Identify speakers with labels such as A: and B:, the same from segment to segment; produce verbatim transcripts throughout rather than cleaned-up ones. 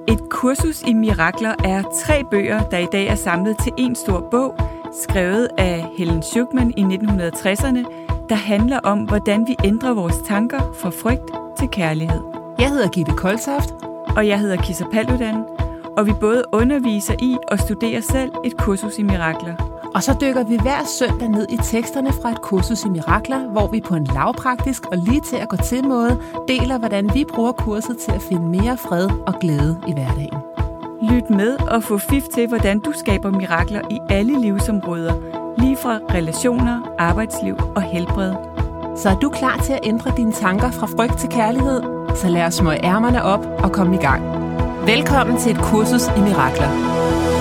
A: Et kursus i mirakler er tre bøger, der i dag er samlet til en stor bog, skrevet af Helen Schucman i nitten tresserne, der handler om, hvordan vi ændrer vores tanker fra frygt til kærlighed.
B: Jeg hedder Gitte Koltoft.
A: Og jeg hedder Kisser Paludan, og vi både underviser i og studerer selv et kursus i mirakler.
B: Og så dykker vi hver søndag ned i teksterne fra et kursus i mirakler, hvor vi på en lavpraktisk og lige til at gå til måde deler, hvordan vi bruger kurset til at finde mere fred og glæde i hverdagen.
A: Lyt med og få fif til, hvordan du skaber mirakler i alle livsområder, lige fra relationer, arbejdsliv og helbred.
B: Så er du klar til at ændre dine tanker fra frygt til kærlighed? Så lad os smøge ærmerne op og komme i gang. Velkommen til et kursus i mirakler.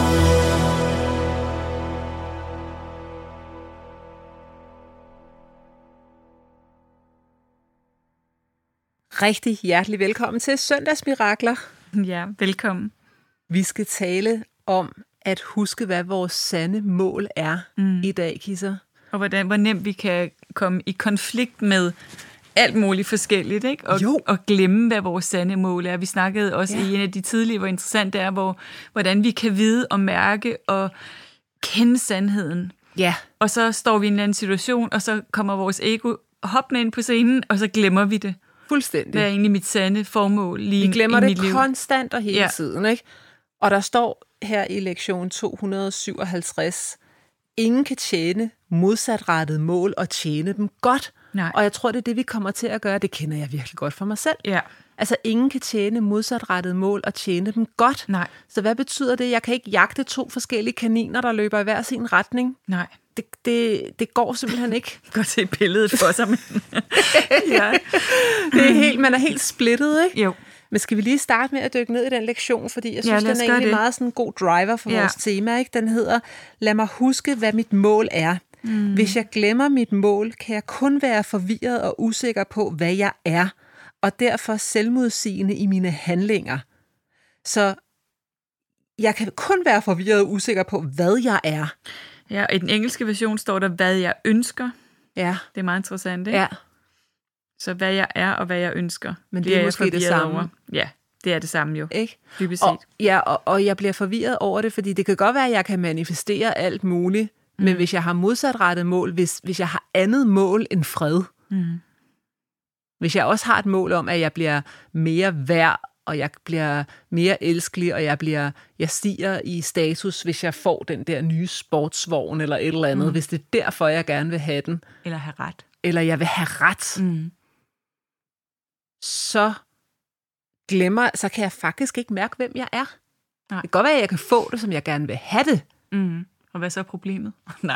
B: Rigtig hjertelig velkommen til Søndagsmirakler.
A: Ja, velkommen.
B: Vi skal tale om at huske, hvad vores sande mål er mm. i dag, Kisser.
A: Og hvordan, hvor nemt vi kan komme i konflikt med alt muligt forskelligt, ikke? Og, og glemme, hvad vores sande mål er. Vi snakkede også ja. i en af de tidlige, hvor interessant det er, hvor, hvordan vi kan vide og mærke og kende sandheden.
B: Ja.
A: Og så står vi i en eller anden situation, og så kommer vores ego hoppende ind på scenen, og så glemmer vi det.
B: Fuldstændig.
A: Hvad er egentlig mit sande formål lige i mit liv?
B: Vi glemmer det konstant og hele ja. tiden, ikke? Og der står her i lektion to hundrede syvoghalvtreds, ingen kan tjene modsatrettede mål og tjene dem godt.
A: Nej.
B: Og jeg tror, det er det, vi kommer til at gøre. Det kender jeg virkelig godt for mig selv.
A: Ja.
B: Altså, ingen kan tjene modsatrettede mål og tjene dem godt.
A: Nej.
B: Så hvad betyder det? Jeg kan ikke jagte to forskellige kaniner, der løber i hver sin retning.
A: Nej.
B: Det, det, det går simpelthen ikke.
A: Godt se billedet for sig. Ja.
B: Det er helt, man er helt splittet, ikke?
A: Jo.
B: Men skal vi lige starte med at dykke ned i den lektion, fordi jeg synes,
A: ja,
B: den er egentlig det. meget sådan en god driver for ja. vores tema, ikke? Den hedder, lad mig huske, hvad mit mål er. Mm. Hvis jeg glemmer mit mål, kan jeg kun være forvirret og usikker på, hvad jeg er, og derfor selvmodsigende i mine handlinger. Så jeg kan kun være forvirret og usikker på, hvad jeg er.
A: Ja, og i den engelske version står der, hvad jeg ønsker.
B: Ja.
A: Det er meget interessant, ikke?
B: Ja.
A: Så hvad jeg er og hvad jeg ønsker.
B: Men det er, det er måske det samme.
A: Over. Ja, det er det samme jo.
B: Ikke?
A: Dybest set.
B: Og, ja, og, og jeg bliver forvirret over det, fordi det kan godt være, at jeg kan manifestere alt muligt, mm. men hvis jeg har modsatrettet mål, hvis, hvis jeg har andet mål end fred, mm. hvis jeg også har et mål om, at jeg bliver mere værd, og jeg bliver mere elskelig, og jeg bliver jeg stiger i status, hvis jeg får den der nye sportsvogn eller et eller andet, mm. hvis det er derfor, jeg gerne vil have den.
A: Eller have ret.
B: Eller jeg vil have ret.
A: Mm.
B: Så glemmer, så kan jeg faktisk ikke mærke, hvem jeg er.
A: Nej.
B: Det kan godt være, at jeg kan få det, som jeg gerne vil have det.
A: Mm. Og hvad så er problemet? Nej.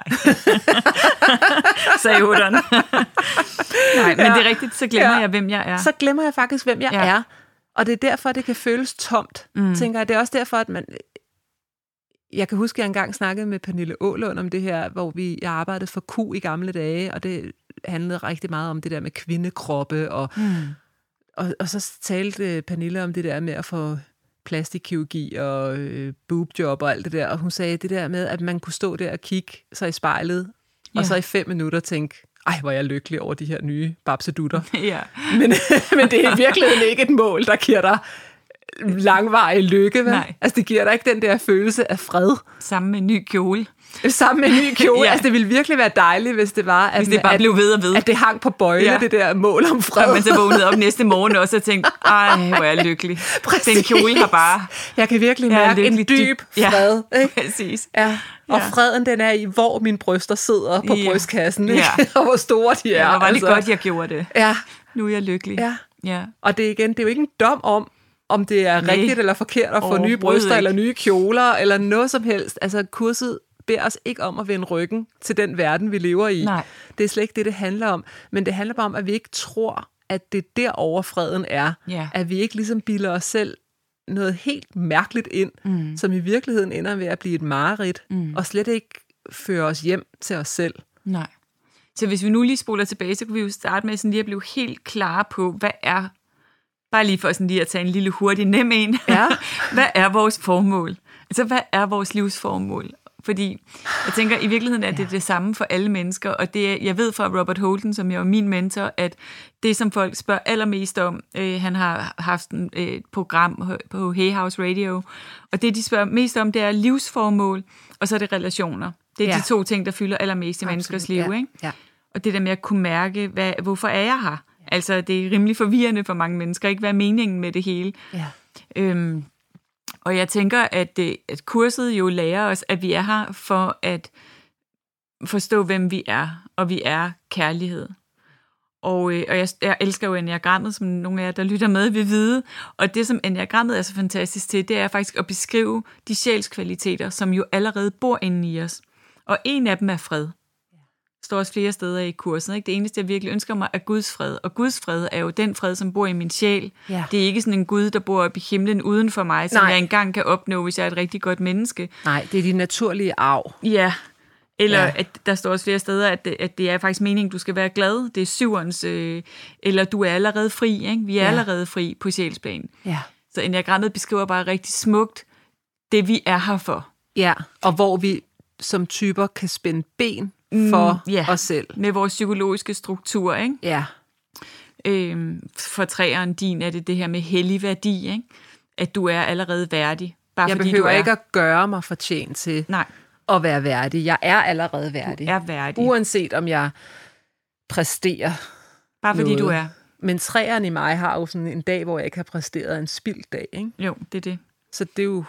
A: Sagde otteren. Nej, men ja. det er rigtigt, så glemmer ja. jeg, hvem jeg er.
B: Så glemmer jeg faktisk, hvem jeg ja. er. Og det er derfor, det kan føles tomt, mm. tænker jeg. Det er også derfor, at man... Jeg kan huske, at jeg engang snakkede med Pernille Ålund om det her, hvor vi jeg arbejdede for Q i gamle dage, og det handlede rigtig meget om det der med kvindekroppe, og, mm. og, og så talte Pernille om det der med at få plastikkirurgi og øh, boobjob og alt det der, og hun sagde det der med, at man kunne stå der og kigge sig i spejlet, ja. og så i fem minutter tænke, ej, hvor er jeg lykkelig over de her nye babsedutter.
A: Ja.
B: Men, men det er i virkeligheden ikke et mål, der giver dig langvarig lykke, vel?
A: Nej.
B: Altså, det giver dig ikke den der følelse af fred.
A: Sammen med en ny kjole.
B: Sammen med en ny kjole. Ja. Altså, det ville virkelig være dejligt, hvis det var, at,
A: hvis det bare
B: at,
A: blev ved og ved.
B: At det hang på bøjle, ja. det der mål om fred.
A: Og man så vågnede op næste morgen også og tænkte, ej, hvor er jeg lykkelig. Præcis. Den kjole har bare...
B: Jeg kan virkelig mærke en dyb, dyb fred.
A: Ja,
B: ikke?
A: præcis.
B: Ja. Og ja. freden, den er i, hvor mine bryster sidder på ja. brystkassen, ikke? Ja. og hvor store de er.
A: Ja, hvor var det
B: altså.
A: godt, jeg gjorde det.
B: Ja.
A: Nu er jeg lykkelig.
B: Ja.
A: Ja.
B: Og det er igen, det er jo ikke en dom om, om det er Nej. rigtigt eller forkert at få nye bryster ikke. eller nye kjoler, eller noget som helst. Altså, kurset beder os ikke om at vende ryggen til den verden, vi lever i.
A: Nej.
B: Det er slet ikke det, det handler om. Men det handler bare om, at vi ikke tror, at det er derovre freden er.
A: Ja.
B: At vi ikke ligesom bilder os selv noget helt mærkeligt ind, mm. som i virkeligheden ender ved at blive et mareridt, mm. og slet ikke føre os hjem til os selv.
A: Nej. Så hvis vi nu lige spoler tilbage, så kan vi jo starte med sådan lige at blive helt klare på, hvad er, bare lige for sådan lige at tage en lille hurtig nem en,
B: ja.
A: hvad er vores formål? Altså, hvad er vores livsformål? Fordi jeg tænker, i virkeligheden er det ja. det samme for alle mennesker, og det er, jeg ved fra Robert Holden, som jo er min mentor, at det, som folk spørger allermest om, øh, han har haft et øh, program på Hay House Radio, og det, de spørger mest om, det er livsformål, og så er det relationer. Det er ja. de to ting, der fylder allermest i menneskers liv,
B: ja.
A: ikke?
B: Ja.
A: Og det der med at kunne mærke, hvad, hvorfor er jeg her? Altså, det er rimelig forvirrende for mange mennesker, ikke? Hvad er meningen med det hele?
B: Ja.
A: Øhm, og jeg tænker, at, at kurset jo lærer os, at vi er her for at forstå, hvem vi er, og vi er kærlighed. Og, øh, og jeg, jeg elsker jo enneagrammet, som nogle af jer, der lytter med, vil vide. Og det, som enneagrammet er så fantastisk til, det er faktisk at beskrive de sjælskvaliteter, som jo allerede bor inde i os. Og en af dem er fred. Der står også flere steder i kursen. Ikke? Det eneste, jeg virkelig ønsker mig, er Guds fred. Og Guds fred er jo den fred, som bor i min sjæl. Ja. Det er ikke sådan en Gud, der bor oppe i himlen uden for mig, som Nej. jeg engang kan opnå, hvis jeg er et rigtig godt menneske.
B: Nej, det er din naturlige arv.
A: Ja, eller ja. at der står også flere steder, at det, at det er faktisk meningen, du skal være glad. Det er syverens, øh, eller du er allerede fri. Ikke? Vi er ja. allerede fri på sjælsplanen. Ja. Så enneagrammet beskriver bare rigtig smukt det, vi er her for.
B: Ja, og hvor vi som typer kan spænde ben for mm, ja. os selv.
A: Med vores psykologiske struktur, ikke?
B: Ja.
A: Øhm, for træeren din er det det her med hellig værdi, ikke? At du er allerede værdig. Bare
B: jeg
A: fordi
B: behøver
A: du er...
B: ikke at gøre mig fortjent til
A: Nej.
B: at være værdig. Jeg er allerede værdig.
A: Du er værdig.
B: Uanset om jeg præsterer
A: Bare fordi
B: noget.
A: du er.
B: Men træeren i mig har jo sådan en dag, hvor jeg ikke har præsteret en spildt dag, ikke?
A: Jo, det er det.
B: Så det er jo...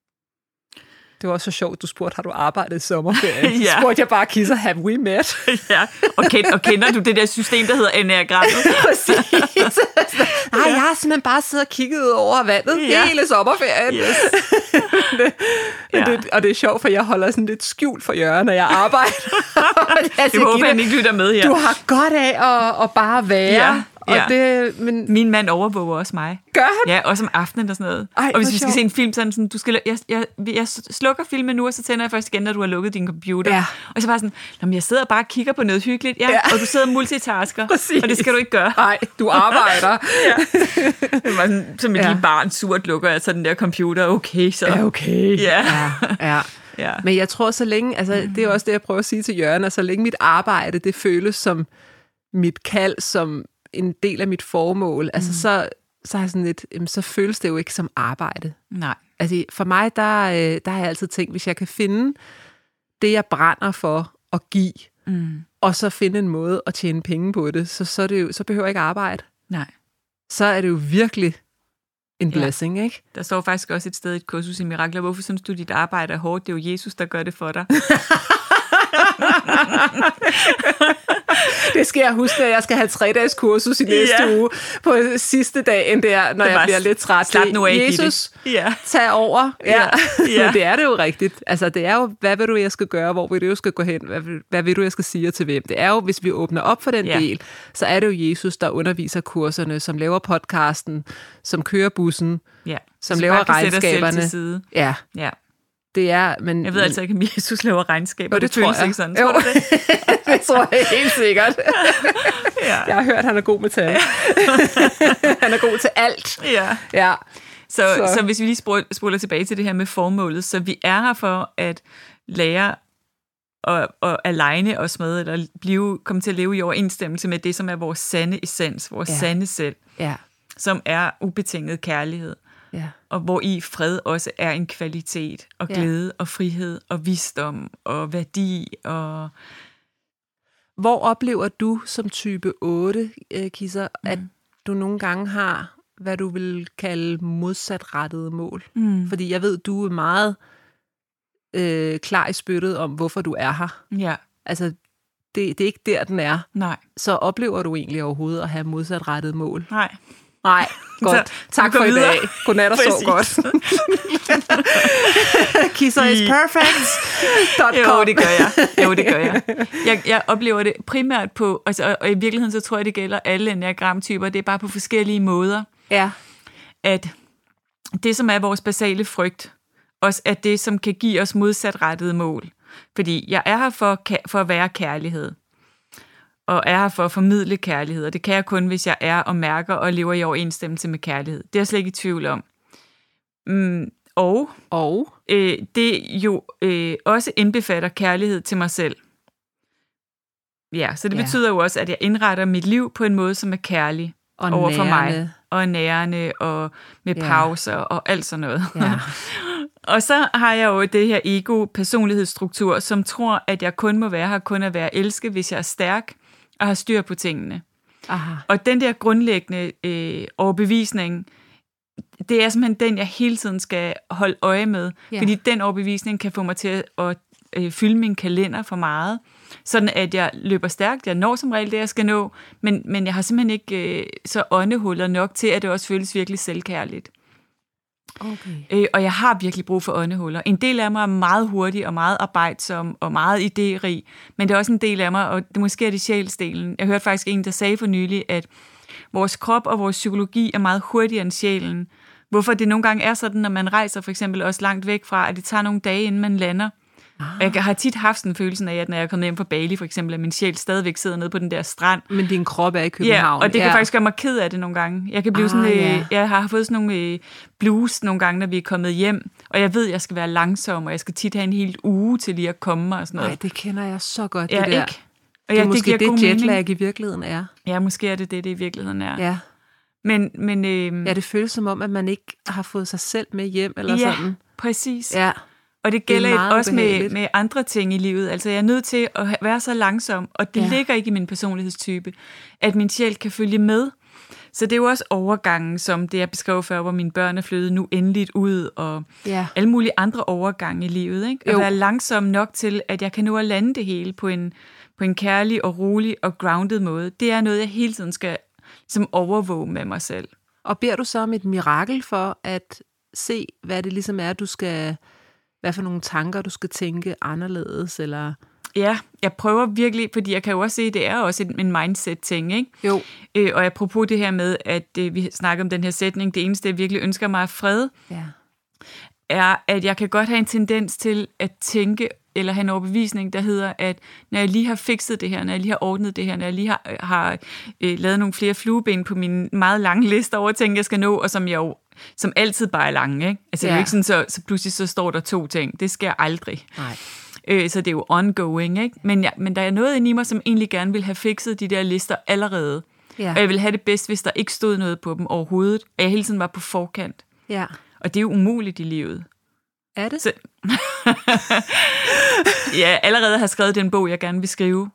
B: Det var også så sjovt, du spurgte, har du arbejdet i sommerferien?
A: ja.
B: Så spurgte jeg bare, Kisser, have we met?
A: ja, og, kend, og kender du det der system, der hedder enneagrammet?
B: Præcis. Nej, jeg har simpelthen bare siddet og kigget over vandet ja. hele sommerferien. Yes. det, ja. det, og det er sjovt, for jeg holder sådan lidt skjult for Jørgen, når jeg arbejder.
A: jeg det håber, han ikke lytter med her.
B: Du har godt af at, at bare være. Ja. Og
A: ja.
B: det, men...
A: Min mand overvåger også mig.
B: Gør han?
A: Ja, også om aftenen og sådan noget.
B: Ej,
A: og hvis vi skal
B: sjovt.
A: se en film, så er sådan, du skal, jeg, jeg, jeg slukker filmen nu, og så tænder jeg først igen, når du har lukket din computer.
B: Ja.
A: Og så bare sådan, Nå, jeg sidder bare og kigger på noget hyggeligt, ja, ja. og du sidder og multitasker,
B: Præcis.
A: og det skal du ikke gøre.
B: Nej, du arbejder.
A: ja. Det var sådan, som et ja. lille barn surt lukker jeg så den der computer, okay, så.
B: Ja, okay.
A: Ja.
B: ja, ja. Ja. Men jeg tror, så længe, altså mm. det er også det, jeg prøver at sige til Jørgen, at så længe mit arbejde, det føles som mit kald, som en del af mit formål, mm. altså så, så, er sådan lidt, jamen, så føles det jo ikke som arbejde.
A: Nej.
B: Altså for mig, der, der har jeg altid tænkt, hvis jeg kan finde det, jeg brænder for at give, mm. og så finde en måde at tjene penge på det, så, så, er det jo, så behøver jeg ikke arbejde.
A: Nej.
B: Så er det jo virkelig en blessing, ja. ikke?
A: Der står faktisk også et sted i et kursus i Mirakler. Hvorfor synes du, dit arbejde er hårdt? Det er jo Jesus, der gør det for dig.
B: Det skal jeg huske, at jeg skal have tre dages kursus i næste ja. uge på sidste dagen der, når jeg bliver lidt træt.
A: Slap nu af,
B: Jesus,
A: ja.
B: tag over. Ja.
A: Ja.
B: Men det er det jo rigtigt. Altså, det er jo, hvad vil du, jeg skal gøre? Hvor vil du, jeg skal gå hen? Hvad vil, hvad vil du, jeg skal sige til hvem? Det er jo, hvis vi åbner op for den ja. del, så er det jo Jesus, der underviser kurserne, som laver podcasten, som kører bussen,
A: ja.
B: som
A: så
B: laver regnskaberne.
A: Til side.
B: Ja.
A: Ja.
B: Det er, men,
A: jeg ved altså ikke, om Jesus laver regnskaber.
B: Og det, det tror jeg.
A: Ikke sådan. Tror du det?
B: Det tror jeg helt sikkert. Ja. Jeg har hørt, at han er god med tal. Han er god til alt.
A: Ja.
B: Ja.
A: Så, så. så hvis vi lige spoler tilbage til det her med formålet, så vi er her for at lære at, at aligne os med, eller blive, komme til at leve i overensstemmelse med det, som er vores sande essens, vores ja. sande selv,
B: ja.
A: som er ubetinget kærlighed.
B: Ja.
A: Og hvor i fred også er en kvalitet, og glæde, ja. og frihed, og visdom, og værdi. Og
B: hvor oplever du som type otte, Kisser, mm. at du nogle gange har, hvad du vil kalde modsatrettede mål? Mm. Fordi jeg ved, du er meget øh, klar i spyttet om, hvorfor du er her.
A: Ja.
B: Altså, det, det er ikke der, den er.
A: Nej.
B: Så oplever du egentlig overhovedet at have modsatrettede mål?
A: Nej.
B: Nej, godt. Så, tak for videre. I dag. Godnat og sov godt. Kisser is perfect.
A: Jo, det gør jeg. Jo, det gør jeg. Jeg, jeg oplever det primært på, altså, og, og i virkeligheden så tror jeg, det gælder alle enneagramtyper. Det er bare på forskellige måder.
B: Ja.
A: At det, som er vores basale frygt, også er det, som kan give os modsatrettede mål. Fordi jeg er her for, for at være kærlighed. Og er her for at formidle kærlighed, og det kan jeg kun, hvis jeg er og mærker og lever i overensstemmelse med kærlighed. Det er jeg slet ikke i tvivl om. Mm, og
B: og
A: øh, det jo øh, også indbefatter kærlighed til mig selv. Ja, så det ja. betyder jo også, at jeg indretter mit liv på en måde, som er kærlig
B: og
A: over for
B: nærende.
A: mig. Og nærende, og med
B: Ja.
A: pauser, og alt sådan noget.
B: Ja.
A: Og så har jeg jo det her ego-personlighedsstruktur, som tror, at jeg kun må være her, kun at være elsket, hvis jeg er stærk og har styr på tingene.
B: Aha.
A: Og den der grundlæggende øh, overbevisning, det er simpelthen den, jeg hele tiden skal holde øje med.
B: Ja.
A: Fordi den overbevisning kan få mig til at øh, fylde min kalender for meget. Sådan at jeg løber stærkt. Jeg når som regel det, jeg skal nå. Men, men jeg har simpelthen ikke øh, så åndehuller nok til, at det også føles virkelig selvkærligt.
B: Okay.
A: Øh, og jeg har virkelig brug for åndehuller. En del af mig er meget hurtig og meget arbejdsom og meget idérig, men det er også en del af mig, og det måske er det sjælsdelen. Jeg hørte faktisk en, der sagde for nylig, at vores krop og vores psykologi er meget hurtigere end sjælen. Hvorfor det nogle gange er sådan, når man rejser for eksempel også langt væk fra, at det tager nogle dage, inden man lander. Ah. Jeg har tit haft sådan følelsen af, at når jeg er kommet hjem fra Bali, for eksempel, at min sjæl stadigvæk sidder nede på den der strand.
B: Men din krop er i København.
A: Ja, og det kan
B: ja.
A: faktisk gøre mig ked af det nogle gange. Jeg kan blive ah, sådan, øh,
B: ja.
A: jeg har fået sådan nogle øh, blues nogle gange, når vi er kommet hjem, og jeg ved, at jeg skal være langsom, og jeg skal tit have en hel uge til lige at komme og sådan noget.
B: Nej, det kender jeg så godt,
A: ja,
B: det der.
A: Ikke? Og
B: det
A: ja,
B: er måske
A: det,
B: det jetlag mening. I virkeligheden er.
A: Ja, måske er det det, det i virkeligheden er.
B: Ja.
A: Men, men, øh,
B: ja, det føles som om, at man ikke har fået sig selv med hjem, eller
A: ja,
B: sådan.
A: Præcis.
B: Ja,
A: og det gælder
B: det
A: også med, med andre ting i livet. Altså, jeg er nødt til at være så langsom, og det ja. ligger ikke i min personlighedstype, at min sjæl kan følge med. Så det er jo også overgangen, som det jeg beskrev før, hvor mine børn er flyttet nu endeligt ud, og
B: ja.
A: alle mulige andre overgange i livet. Ikke? At
B: jo.
A: være langsom nok til, at jeg kan nå at lande det hele på en, på en kærlig og rolig og grounded måde. Det er noget, jeg hele tiden skal ligesom overvåge med mig selv.
B: Og beder du så om et mirakel for at se, hvad det ligesom er, du skal... Hvad for nogle tanker, du skal tænke anderledes, eller...
A: Ja, jeg prøver virkelig, fordi jeg kan jo også se, at det er også en mindset-ting, ikke?
B: Jo.
A: Øh, og apropos det her med, at øh, vi snakker om den her sætning, det eneste, jeg virkelig ønsker mig af fred,
B: ja.
A: er, at jeg kan godt have en tendens til at tænke, eller have en overbevisning, der hedder, at når jeg lige har fikset det her, når jeg lige har ordnet det her, når jeg lige har, har øh, lavet nogle flere flueben på min meget lange liste over ting, jeg skal nå, og som jeg jo som altid bare er lange, ikke? Altså, ja. Det er jo ikke sådan, så, så pludselig så står der to ting. Det sker aldrig.
B: Nej.
A: Øh, så det er jo ongoing, ikke? Men, ja, men der er noget inde i mig, som egentlig gerne vil have fikset de der lister allerede. Ja. Og jeg vil have det bedst, hvis der ikke stod noget på dem overhovedet, og jeg hele tiden var på forkant.
B: Ja.
A: Og det er jo umuligt i livet.
B: Er det?
A: Så, ja, allerede har skrevet den bog, jeg gerne vil skrive.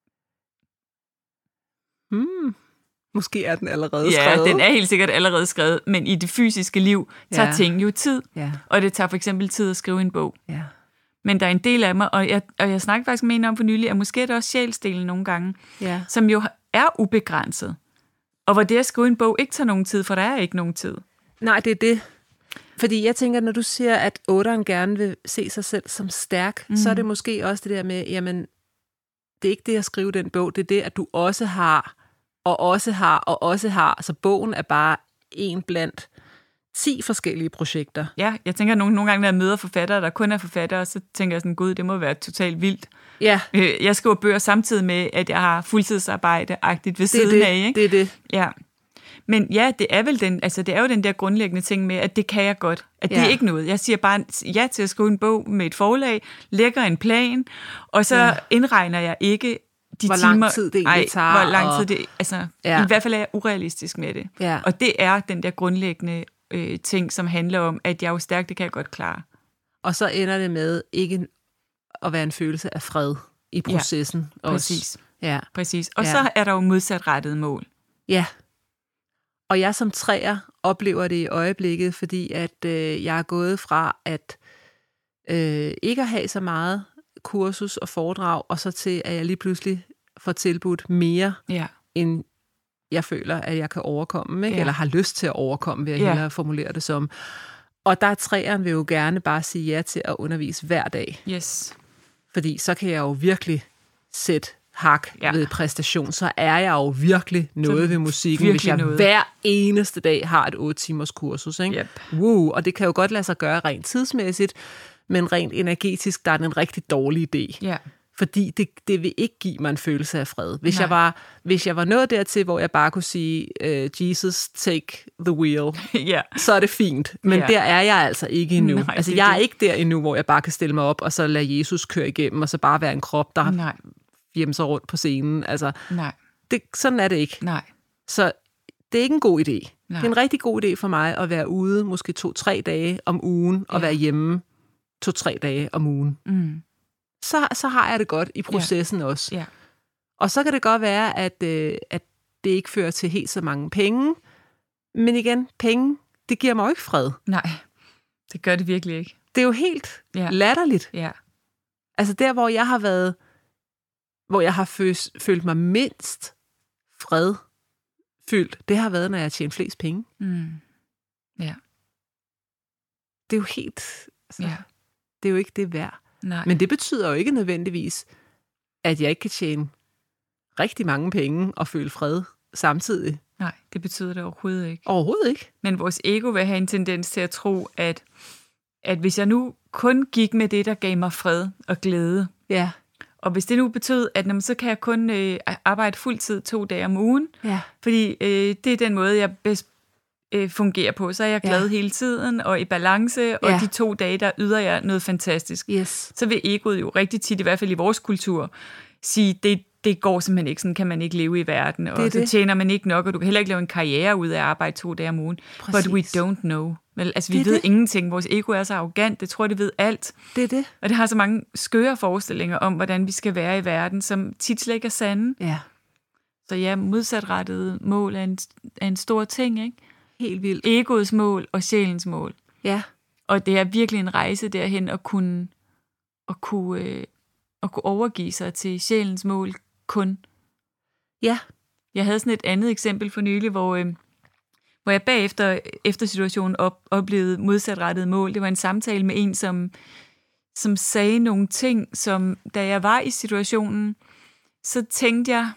B: Hmm. Måske er den allerede
A: ja,
B: skrevet.
A: Ja, den er helt sikkert allerede skrevet, men i det fysiske liv tager ja. ting jo tid.
B: Ja.
A: Og det tager for eksempel tid at skrive en bog.
B: Ja.
A: Men der er en del af mig, og jeg, og jeg snakker faktisk med en om for nylig, at måske er det også sjælsdelen nogle gange,
B: ja.
A: som jo er ubegrænset. Og hvor det at skrive en bog ikke tager nogen tid, for der er ikke nogen tid.
B: Nej, det er det. Fordi jeg tænker, når du siger, at otteren gerne vil se sig selv som stærk, mm. så er det måske også det der med, jamen, det er ikke det at skrive den bog, det er det, at du også har, og også har, og også har. Så bogen er bare en blandt ti forskellige projekter.
A: Ja, jeg tænker nogle, nogle gange, når jeg møder forfattere, der kun er forfattere, så tænker jeg sådan, gud, det må være totalt vildt.
B: Ja.
A: Jeg skriver bøger samtidig med, at jeg har fuldtidsarbejde-agtigt ved
B: det
A: siden
B: det.
A: af, ikke?
B: Det er det.
A: Ja. Men ja, det er vel den, altså det er jo den der grundlæggende ting med, at det kan jeg godt. At det
B: ja.
A: er ikke noget. Jeg siger bare ja til at skrive en bog med et forlag, lægger en plan, og så ja. indregner jeg ikke de
B: hvor
A: timer,
B: lang tid det egentlig tager.
A: Hvor lang
B: og...
A: tid det, altså
B: ja.
A: i hvert fald er jeg urealistisk med det.
B: Ja.
A: Og det er den der grundlæggende øh, ting, som handler om, at jeg er jo stærk, det kan jeg godt klare.
B: Og så ender det med ikke at være en følelse af fred i processen.
A: Ja, præcis.
B: Ja.
A: præcis. Og
B: ja.
A: så er der jo modsatrettede mål.
B: Ja. Og jeg som træer oplever det i øjeblikket, fordi at øh, jeg er gået fra at øh, ikke at have så meget kursus og foredrag, og så til, at jeg lige pludselig får tilbudt mere,
A: ja.
B: end jeg føler, at jeg kan overkomme, ikke?
A: Ja.
B: Eller har lyst til at overkomme, vil jeg
A: ja.
B: hellere formulere det som. Og der er træeren vil jo gerne bare sige ja til at undervise hver dag.
A: Yes.
B: Fordi så kan jeg jo virkelig sætte hak ja. ved præstation, så er jeg jo virkelig noget så ved musikken, hvis jeg noget. hver eneste dag har et otte timers kursus. Ikke?
A: Yep.
B: Wow, og det kan jo godt lade sig gøre rent tidsmæssigt, men rent energetisk, der er det en rigtig dårlig idé.
A: Ja.
B: Fordi det, det vil ikke give mig en følelse af fred. Hvis,
A: Nej.
B: jeg var, hvis jeg var nået dertil, hvor jeg bare kunne sige, uh, Jesus, take the wheel,
A: ja.
B: så er det fint. Men
A: ja.
B: der er jeg altså ikke endnu.
A: Nej,
B: altså,
A: det,
B: jeg er
A: det.
B: ikke der endnu, hvor jeg bare kan stille mig op, og så lade Jesus køre igennem, og så bare være en krop, der
A: Nej.
B: hjemme sig rundt på scenen. Altså,
A: Nej.
B: Det, sådan er det ikke.
A: Nej.
B: Så det er ikke en god idé.
A: Nej.
B: Det er en rigtig god idé for mig at være ude måske to-tre dage om ugen, og ja. være hjemme to-tre dage om ugen.
A: Mm.
B: Så, så har jeg det godt i processen ja. også.
A: Ja.
B: Og så kan det godt være, at, øh, at det ikke fører til helt så mange penge. Men igen, penge, det giver mig jo ikke fred.
A: Nej, det gør det virkelig ikke.
B: Det er jo helt
A: ja.
B: latterligt.
A: Ja.
B: Altså der, hvor jeg har været, hvor jeg har følt, følt mig mindst fredfyldt, det har været, når jeg har tjent flest penge.
A: Mm. Ja.
B: Det er jo helt... Altså,
A: ja.
B: Det er jo ikke det værd.
A: Nej.
B: Men det betyder jo ikke nødvendigvis, at jeg ikke kan tjene rigtig mange penge og føle fred samtidig.
A: Nej, det betyder det overhovedet ikke.
B: Overhovedet ikke.
A: Men vores ego vil have en tendens til at tro, at, at hvis jeg nu kun gik med det, der gav mig fred og glæde,
B: ja.
A: og hvis det nu betød, at jamen, så kan jeg kun øh, arbejde fuldtid to dage om ugen,
B: ja.
A: fordi øh, det er den måde, jeg bedst øh, fungerer på. Så er jeg glad ja. hele tiden og i balance, og ja. de to dage, der yder jeg noget fantastisk.
B: Yes.
A: Så vil egoet jo rigtig tit, i hvert fald i vores kultur, sige, det det går simpelthen ikke, sådan kan man ikke leve i verden, og så tjener man ikke nok, og du kan heller ikke lave en karriere ud af at arbejde to dage om ugen. Præcis. But we don't know. Vel, altså, vi ved det. ingenting. Vores ego er så arrogant, det tror, det ved alt.
B: Det er det.
A: Og det har så mange skøre forestillinger om, hvordan vi skal være i verden, som tit slet ikke er sande.
B: Ja.
A: Så ja, modsatrettede mål er en, er en stor ting, ikke?
B: Helt vildt.
A: Egoets mål og sjælens mål.
B: Ja.
A: Og det er virkelig en rejse derhen at kunne, at kunne, øh, at kunne overgive sig til sjælens mål kun.
B: Ja.
A: Jeg havde sådan et andet eksempel for nylig, hvor, øh, hvor jeg bagefter efter situationen op, oplevede modsatrettede mål. Det var en samtale med en, som, som sagde nogle ting, som da jeg var i situationen, så tænkte jeg,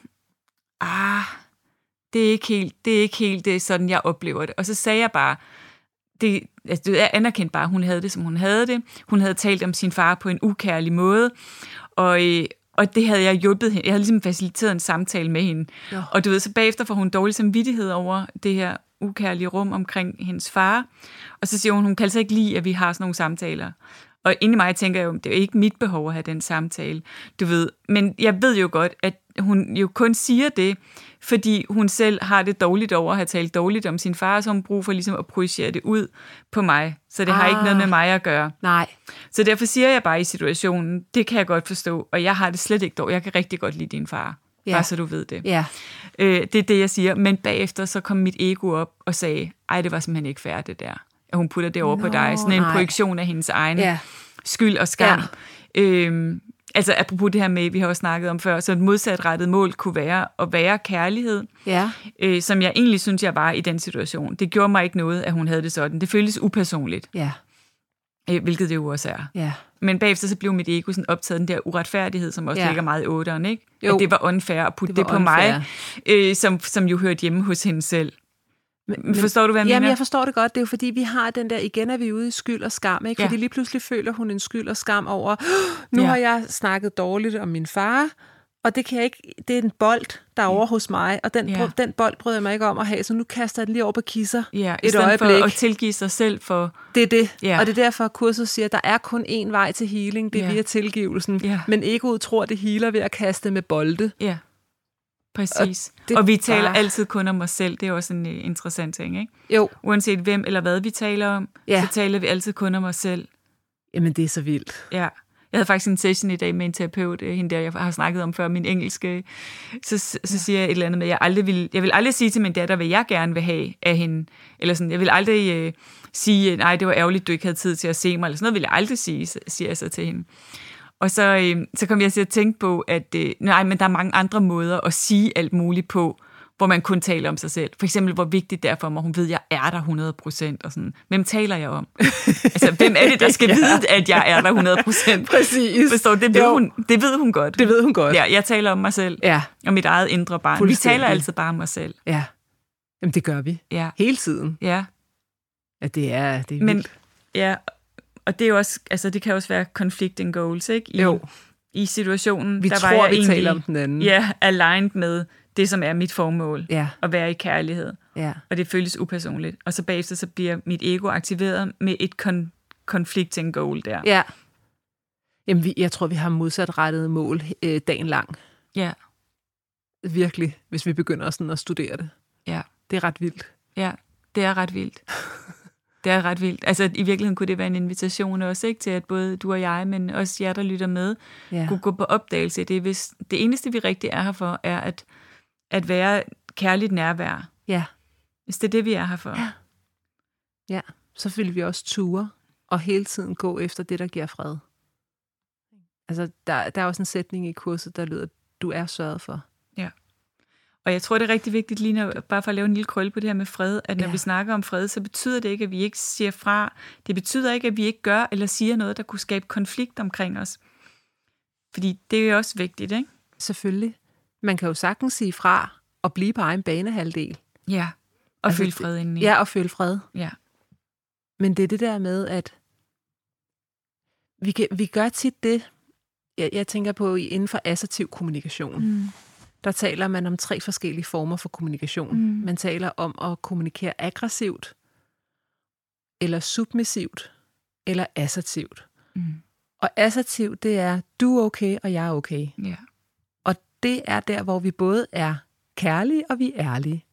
A: ah, det er ikke helt, det er ikke helt det, sådan jeg oplever det. Og så sagde jeg bare, det, altså, jeg anerkendte bare, hun havde det, som hun havde det. Hun havde talt om sin far på en ukærlig måde, og øh, Og det havde jeg hjulpet hende. Jeg havde ligesom faciliteret en samtale med hende. Ja. Og du ved, så bagefter får hun dårlig samvittighed over det her ukærlige rum omkring hendes far. Og så siger hun, hun kan altså ikke lide, at vi har sådan nogle samtaler. Og inde i mig tænker jeg jo, det er ikke mit behov at have den samtale. Du ved, men jeg ved jo godt, at hun jo kun siger det, fordi hun selv har det dårligt over at have talt dårligt om sin far, så hun brug for ligesom at projicere det ud på mig. Så det ah, har ikke noget med mig at gøre.
B: Nej.
A: Så derfor siger jeg bare i situationen, det kan jeg godt forstå, og jeg har det slet ikke dårligt. Jeg kan rigtig godt lide din far, ja. Bare så du ved det.
B: Ja.
A: Øh, det er det, jeg siger. Men bagefter så kom mit ego op og sagde, ej, det var simpelthen ikke fair, det der. At hun putter det over Nå, på dig. Sådan en nej. projektion af hendes egen ja. skyld og skam. Ja. Øhm, Altså apropos det her med, vi har også snakket om før, så et modsatrettet mål kunne være at være kærlighed,
B: ja.
A: øh, som jeg egentlig synes, jeg var i den situation. Det gjorde mig ikke noget, at hun havde det sådan. Det føltes upersonligt,
B: ja.
A: øh, hvilket det jo også er.
B: Ja.
A: Men bagefter så blev mit ego sådan optaget den der uretfærdighed, som også ja. ligger meget i otteren, ikke?
B: Jo.
A: At det var unfair at putte det, det på unfair. mig, øh, som, som jo hørte hjemme hos hende selv. Men, forstår du, hvad jeg
B: jamen,
A: mener?
B: jeg forstår det godt. Det er jo fordi, vi har den der, igen er vi ude i skyld og skam, ikke?
A: Ja.
B: Fordi lige pludselig føler hun en skyld og skam over, nu ja. har jeg snakket dårligt om min far, og det kan jeg ikke, det er en bold, der er over hos mig, og den, ja. den bold bryder jeg mig ikke om at have, så nu kaster jeg den lige over på kisser
A: ja,
B: et øjeblik.
A: For at tilgive sig selv for...
B: Det er det,
A: ja.
B: og det er derfor, at kurset siger, at der er kun én vej til healing, det er ja. via tilgivelsen, ja. men egoet tror, det healer ved at kaste med bolde.
A: Ja. Præcis. Og, og vi taler bare... altid kun om os selv. Det er også en uh, interessant ting, ikke?
B: Jo.
A: Uanset hvem eller hvad vi taler om, ja. så taler vi altid kun om os selv.
B: Jamen, det er så vildt.
A: Ja. Jeg havde faktisk en session i dag med en terapeut, hende der, jeg har snakket om før, min engelske. Så, så ja. siger jeg et eller andet med, at jeg aldrig vil, jeg vil aldrig sige til min datter, hvad jeg gerne vil have af hende. Eller sådan, jeg vil aldrig uh, sige, nej, det var ærgerligt, du ikke havde tid til at se mig. Eller sådan noget vil jeg aldrig sige, siger jeg så til hende. Og så, øh, så kom jeg til at tænke på, at øh, nej, men der er mange andre måder at sige alt muligt på, hvor man kun taler om sig selv. For eksempel, hvor vigtigt det er for mig, hun ved, at jeg er der hundrede procent. Og sådan. Hvem taler jeg om? altså, hvem er det, der skal ja. vide, at jeg er der hundrede procent?
B: Præcis.
A: Forstår, det, ved hun, det ved hun godt.
B: Det ved hun godt.
A: Ja, jeg taler om mig selv.
B: Ja.
A: Og mit eget indre barn. Vi taler altid bare om os selv.
B: Ja. Jamen, det gør vi.
A: Ja.
B: Hele tiden.
A: Ja.
B: Ja, det er, det er
A: men,
B: vildt.
A: Ja, og det er også, altså det kan også være conflicting goals, ikke? I,
B: jo.
A: i situationen,
B: vi
A: der
B: tror,
A: var jeg
B: vi
A: egentlig
B: taler om den anden.
A: Ja, aligned med det, som er mit formål,
B: ja.
A: at være i kærlighed.
B: Ja.
A: Og det føles upersonligt. Og så bagefter så bliver mit ego aktiveret med et kon- conflicting goal der.
B: Ja. Jamen, vi, jeg tror, vi har modsatrettet mål øh, dagen lang.
A: Ja.
B: Virkelig, hvis vi begynder sådan at studere det.
A: Ja.
B: Det er ret vildt.
A: Ja, det er ret vildt. Det er ret vildt. Altså, i virkeligheden kunne det være en invitation også, ikke, til at både du og jeg, men også jer, der lytter med, ja. kunne gå på opdagelse i det. Hvis det eneste, vi rigtig er her for, er at, at være kærligt nærvær.
B: Ja.
A: Hvis det er det, vi er her for.
B: Ja. Ja, så vil vi også ture og hele tiden gå efter det, der giver fred. Altså, der, der er også en sætning i kurset, der lyder, du er sørget for.
A: Ja. Og jeg tror, det er rigtig vigtigt, Lina, bare for at lave en lille krølle på det her med fred, at når ja. vi snakker om fred, så betyder det ikke, at vi ikke siger fra. Det betyder ikke, at vi ikke gør eller siger noget, der kunne skabe konflikt omkring os. Fordi det er jo også vigtigt, ikke?
B: Selvfølgelig. Man kan jo sagtens sige fra og blive på egen banehalvdel.
A: Ja, og altså, føle fred indeni.
B: Ja, og føle fred.
A: Ja.
B: Men det er det der med, at vi, kan, vi gør tit det, jeg, jeg tænker på inden for assertiv kommunikation. Mm. Der taler man om tre forskellige former for kommunikation. Mm. Man taler om at kommunikere aggressivt, eller submissivt, eller assertivt. Mm. Og assertivt, det er, du er okay, og jeg er okay.
A: Yeah.
B: Og det er der, hvor vi både er kærlige, og vi er ærlige.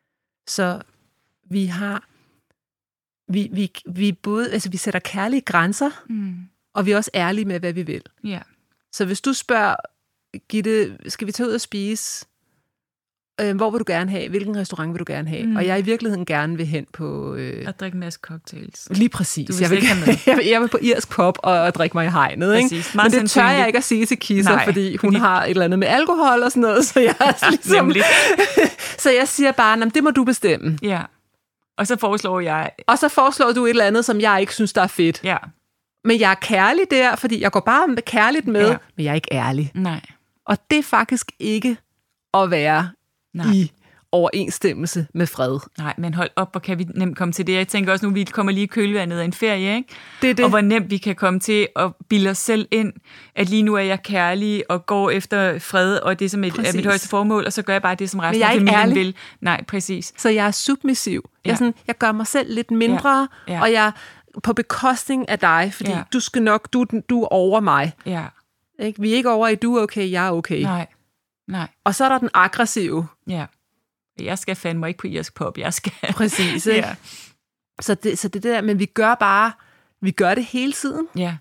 B: Så vi har, vi, vi, vi, både, altså vi sætter kærlige grænser, mm. og vi er også ærlige med, hvad vi vil.
A: Yeah.
B: Så hvis du spørger, Gitte, skal vi tage ud og spise? Øh, hvor vil du gerne have? Hvilken restaurant vil du gerne have? Mm. Og jeg i virkeligheden gerne vil hen på... Øh,
A: og drikke en masse cocktails.
B: Lige præcis.
A: Du vil
B: jeg, vil,
A: med.
B: jeg, vil, jeg vil på irsk pop og, og drikke mig i hegnet. Ikke? Men det tør jeg ikke at sige til Kisser, Nej, fordi hun fordi... har et eller andet med alkohol og sådan noget. Så jeg, ligesom, så jeg siger bare, det må du bestemme.
A: Ja. Og så foreslår jeg...
B: Og så foreslår du et eller andet, som jeg ikke synes, der er fedt.
A: Ja.
B: Men jeg er kærlig der, fordi jeg går bare kærligt med, ja. Men jeg er ikke ærlig.
A: Nej.
B: Og det er faktisk ikke at være Nej. i overensstemmelse med fred.
A: Nej, men hold op, hvor kan vi nemt komme til det. Jeg tænker også nu, vi kommer lige i kølvandet af en ferie, ikke?
B: Det er det.
A: Og hvor nemt vi kan komme til at bilde os selv ind, at lige nu er jeg kærlig og går efter fred, og det er som et, er mit højeste formål, og så gør jeg bare det, som resten af familien vil. Nej, præcis.
B: Så jeg er submissiv. Ja. Jeg, sådan, jeg gør mig selv lidt mindre, ja. Ja. og jeg på bekostning af dig, fordi ja. du skal nok, du, du er over mig.
A: Ja.
B: Ikke? Vi er ikke over i, du er okay, jeg er okay.
A: Nej. Nej.
B: Og så er der den aggressive.
A: Ja. Jeg skal fandme ikke på irsk pop, jeg skal.
B: Præcis, ikke? Ja. Så det, så det der, men vi gør bare, vi gør det hele tiden.
A: Ja.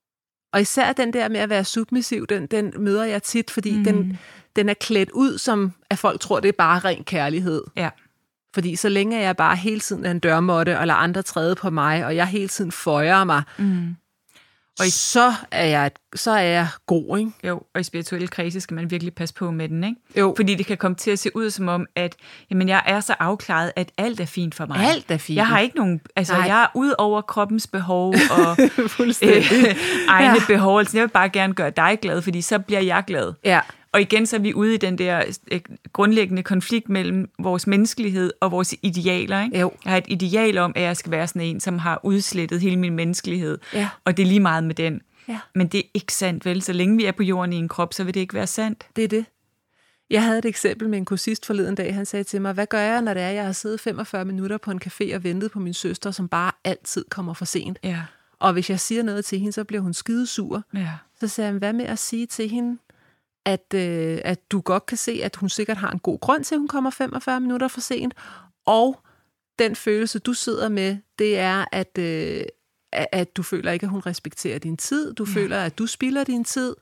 B: Og især den der med at være submissiv, den, den møder jeg tit, fordi mm. den, den er klædt ud som, at folk tror, det er bare ren kærlighed.
A: Ja.
B: Fordi så længe jeg bare hele tiden er en dørmåtte, og lader andre træde på mig, og jeg hele tiden føjer mig, mm. og i, så, er jeg, så er jeg god, ikke?
A: Jo, og i spirituelle kredse skal man virkelig passe på med den, ikke?
B: Jo.
A: Fordi det kan komme til at se ud som om, at jamen, jeg er så afklaret, at alt er fint for mig.
B: Alt er fint.
A: Jeg har ikke nogen, altså Nej. jeg er ud over kroppens behov og øh, egne ja. behov. Altså, jeg vil bare gerne gøre dig glad, fordi så bliver jeg glad.
B: Ja.
A: Og igen så er vi ude i den der grundlæggende konflikt mellem vores menneskelighed og vores idealer. Ikke?
B: Jo.
A: Jeg har et ideal om, at jeg skal være sådan en, som har udslettet hele min menneskelighed.
B: Ja.
A: Og det er lige meget med den.
B: Ja.
A: Men det er ikke sandt, vel? Så længe vi er på jorden i en krop, så vil det ikke være sandt.
B: Det er det. Jeg havde et eksempel med en kursist forleden dag. Han sagde til mig, hvad gør jeg, når det er, jeg har siddet femogfyrre minutter på en café og ventet på min søster, som bare altid kommer for sent.
A: Ja.
B: Og hvis jeg siger noget til hende, så bliver hun skidesur.
A: Ja.
B: Så sagde han, hvad med at sige til hende, At, øh, at du godt kan se, at hun sikkert har en god grund til, at hun kommer femogfyrre minutter for sent. Og den følelse, du sidder med, det er, at, øh, at du føler ikke, at hun respekterer din tid. Du ja. føler, at du spilder din tid.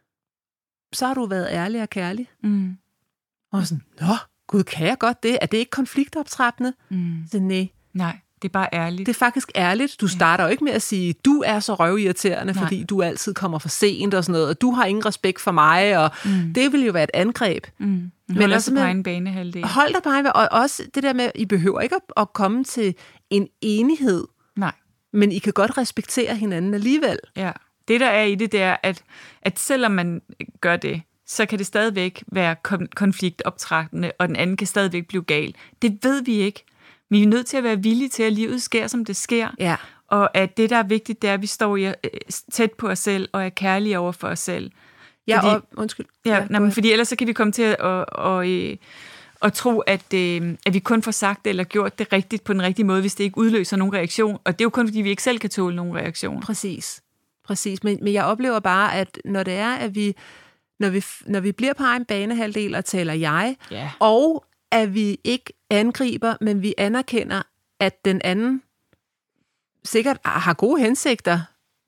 B: Så har du været ærlig og kærlig.
A: Mm.
B: Og sådan, nå, gud, kan jeg godt det? Er det ikke konfliktoptrappende?
A: Mm.
B: Så nej.
A: Nej. Det er bare ærligt.
B: Det er faktisk ærligt. Du starter jo ikke med at sige, du er så røvirriterende, Nej. fordi du altid kommer for sent og sådan noget, og du har ingen respekt for mig, og mm. det vil jo være et angreb.
A: Mm. Men også på en banehalvdel.
B: Hold dig på en, og også det der med, I behøver ikke at, at komme til en enighed.
A: Nej.
B: Men I kan godt respektere hinanden alligevel.
A: Ja. Det der er i det, det er, at, at selvom man gør det, så kan det stadigvæk være konfliktoptragtende, og den anden kan stadigvæk blive gal. Det ved vi ikke. Vi er nødt til at være villige til, at livet sker, som det sker.
B: Ja.
A: Og at det, der er vigtigt, det er, at vi står tæt på os selv og er kærlige over for os selv.
B: Ja,
A: fordi,
B: og, undskyld.
A: Ja,
B: ja
A: nej, men fordi ellers så kan vi komme til at, at, at, at, at tro, at, at vi kun får sagt det eller gjort det rigtigt på den rigtige måde, hvis det ikke udløser nogen reaktion. Og det er jo kun, fordi vi ikke selv kan tåle nogen reaktion.
B: Præcis. Præcis. Men, men jeg oplever bare, at når det er, at vi, når vi, når vi bliver på egen banehalvdel og taler jeg,
A: ja.
B: og at vi ikke angriber, men vi anerkender, at den anden sikkert har gode hensigter,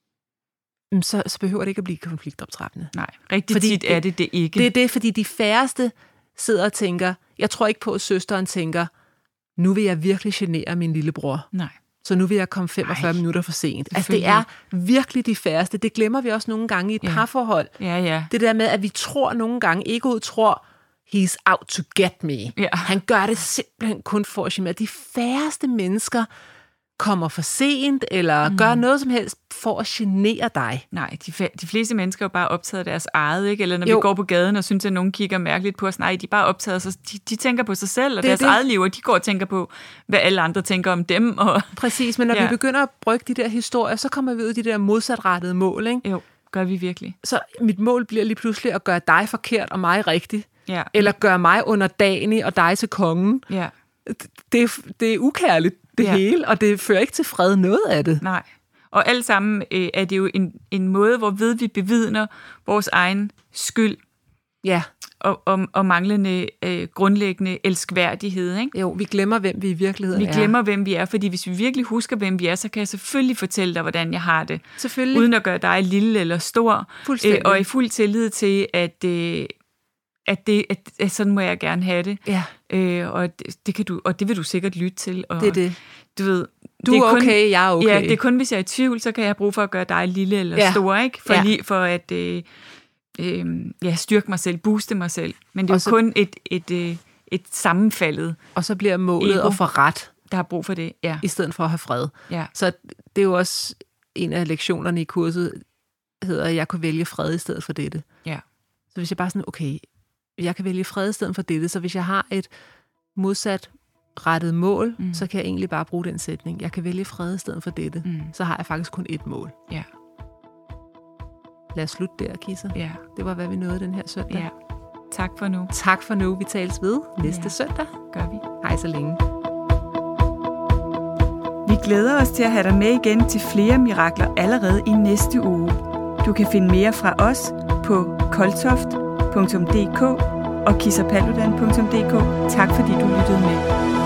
B: så, så behøver det ikke at blive konfliktoptrappende.
A: Nej, rigtig
B: fordi
A: tit er det det ikke.
B: Det er det, fordi de færreste sidder og tænker, jeg tror ikke på, at søsteren tænker, nu vil jeg virkelig genere min lillebror.
A: Nej.
B: Så nu vil jeg komme femogfyrre Ej, minutter for sent. Altså det er virkelig de færreste. Det glemmer vi også nogle gange i et ja. parforhold.
A: Ja, ja.
B: Det der med, at vi tror nogle gange, egoet tror, he's out to get me.
A: Ja.
B: Han gør det simpelthen kun for at genere. De færreste mennesker kommer for sent, eller mm. gør noget som helst for at genere dig.
A: Nej, de, de fleste mennesker er jo bare optaget af deres eget, ikke? Eller når jo. vi går på gaden og synes, at nogen kigger mærkeligt på os. Nej, de er bare optaget, så de, de tænker på sig selv og det deres det. eget liv, og de går og tænker på, hvad alle andre tænker om dem. Og,
B: præcis, men når ja. vi begynder at brygge de der historier, så kommer vi ud i de der modsatrettede mål, ikke?
A: Jo, gør vi virkelig.
B: Så mit mål bliver lige pludselig at gøre dig forkert og mig rigtig.
A: Ja.
B: Eller gøre mig underdanig og dig til kongen.
A: Ja.
B: Det, er, det er ukærligt, det ja. hele, og det fører ikke til fred noget af det.
A: Nej. Og alt sammen øh, er det jo en, en måde, hvorved vi bevidner vores egen skyld
B: ja.
A: og, og, og manglende øh, grundlæggende elskværdighed. Ikke?
B: Jo, vi glemmer, hvem vi i virkeligheden
A: vi er. Vi glemmer, hvem vi er, fordi hvis vi virkelig husker, hvem vi er, så kan jeg selvfølgelig fortælle dig, hvordan jeg har det.
B: Selvfølgelig.
A: Uden at gøre dig lille eller stor.
B: Fuldstændig.
A: Øh, og i fuld tillid til, at... Øh, At, det, at, at sådan må jeg gerne have det.
B: Ja.
A: Øh, og, det, det kan du, og det vil du sikkert lytte til. Og,
B: det er det.
A: Du ved,
B: du
A: det er,
B: er
A: kun,
B: okay, jeg er okay.
A: Ja, det er kun, hvis jeg er i tvivl, så kan jeg have brug for at gøre dig lille eller
B: ja.
A: stor, ikke? For,
B: ja.
A: lige, for at øh, øh, ja, styrke mig selv, booste mig selv. Men det er
B: så,
A: jo kun et, et, et, et sammenfaldet
B: og så bliver målet
A: ego,
B: at få ret.
A: Der har brug for det, ja.
B: I stedet for at have fred.
A: Ja.
B: Så det er jo også en af lektionerne i kurset, hedder, at jeg kunne vælge fred i stedet for dette.
A: Ja.
B: Så hvis jeg bare sådan, okay, jeg kan vælge fred i stedet for dette, så hvis jeg har et modsat rettet mål, mm. så kan jeg egentlig bare bruge den sætning. Jeg kan vælge fred i stedet for dette. Mm. Så har jeg faktisk kun ét mål.
A: Ja.
B: Lad os slutte der, Kisser.
A: Ja.
B: Det var, hvad vi nåede den her søndag.
A: Ja. Tak for nu.
B: Tak for nu. Vi tales ved næste
A: ja.
B: søndag.
A: Gør vi.
B: Hej så længe.
A: Vi glæder os til at have dig med igen til flere mirakler allerede i næste uge. Du kan finde mere fra os på koltoft punktum d k og kissapaludan punktum d k. Tak fordi du lyttede med.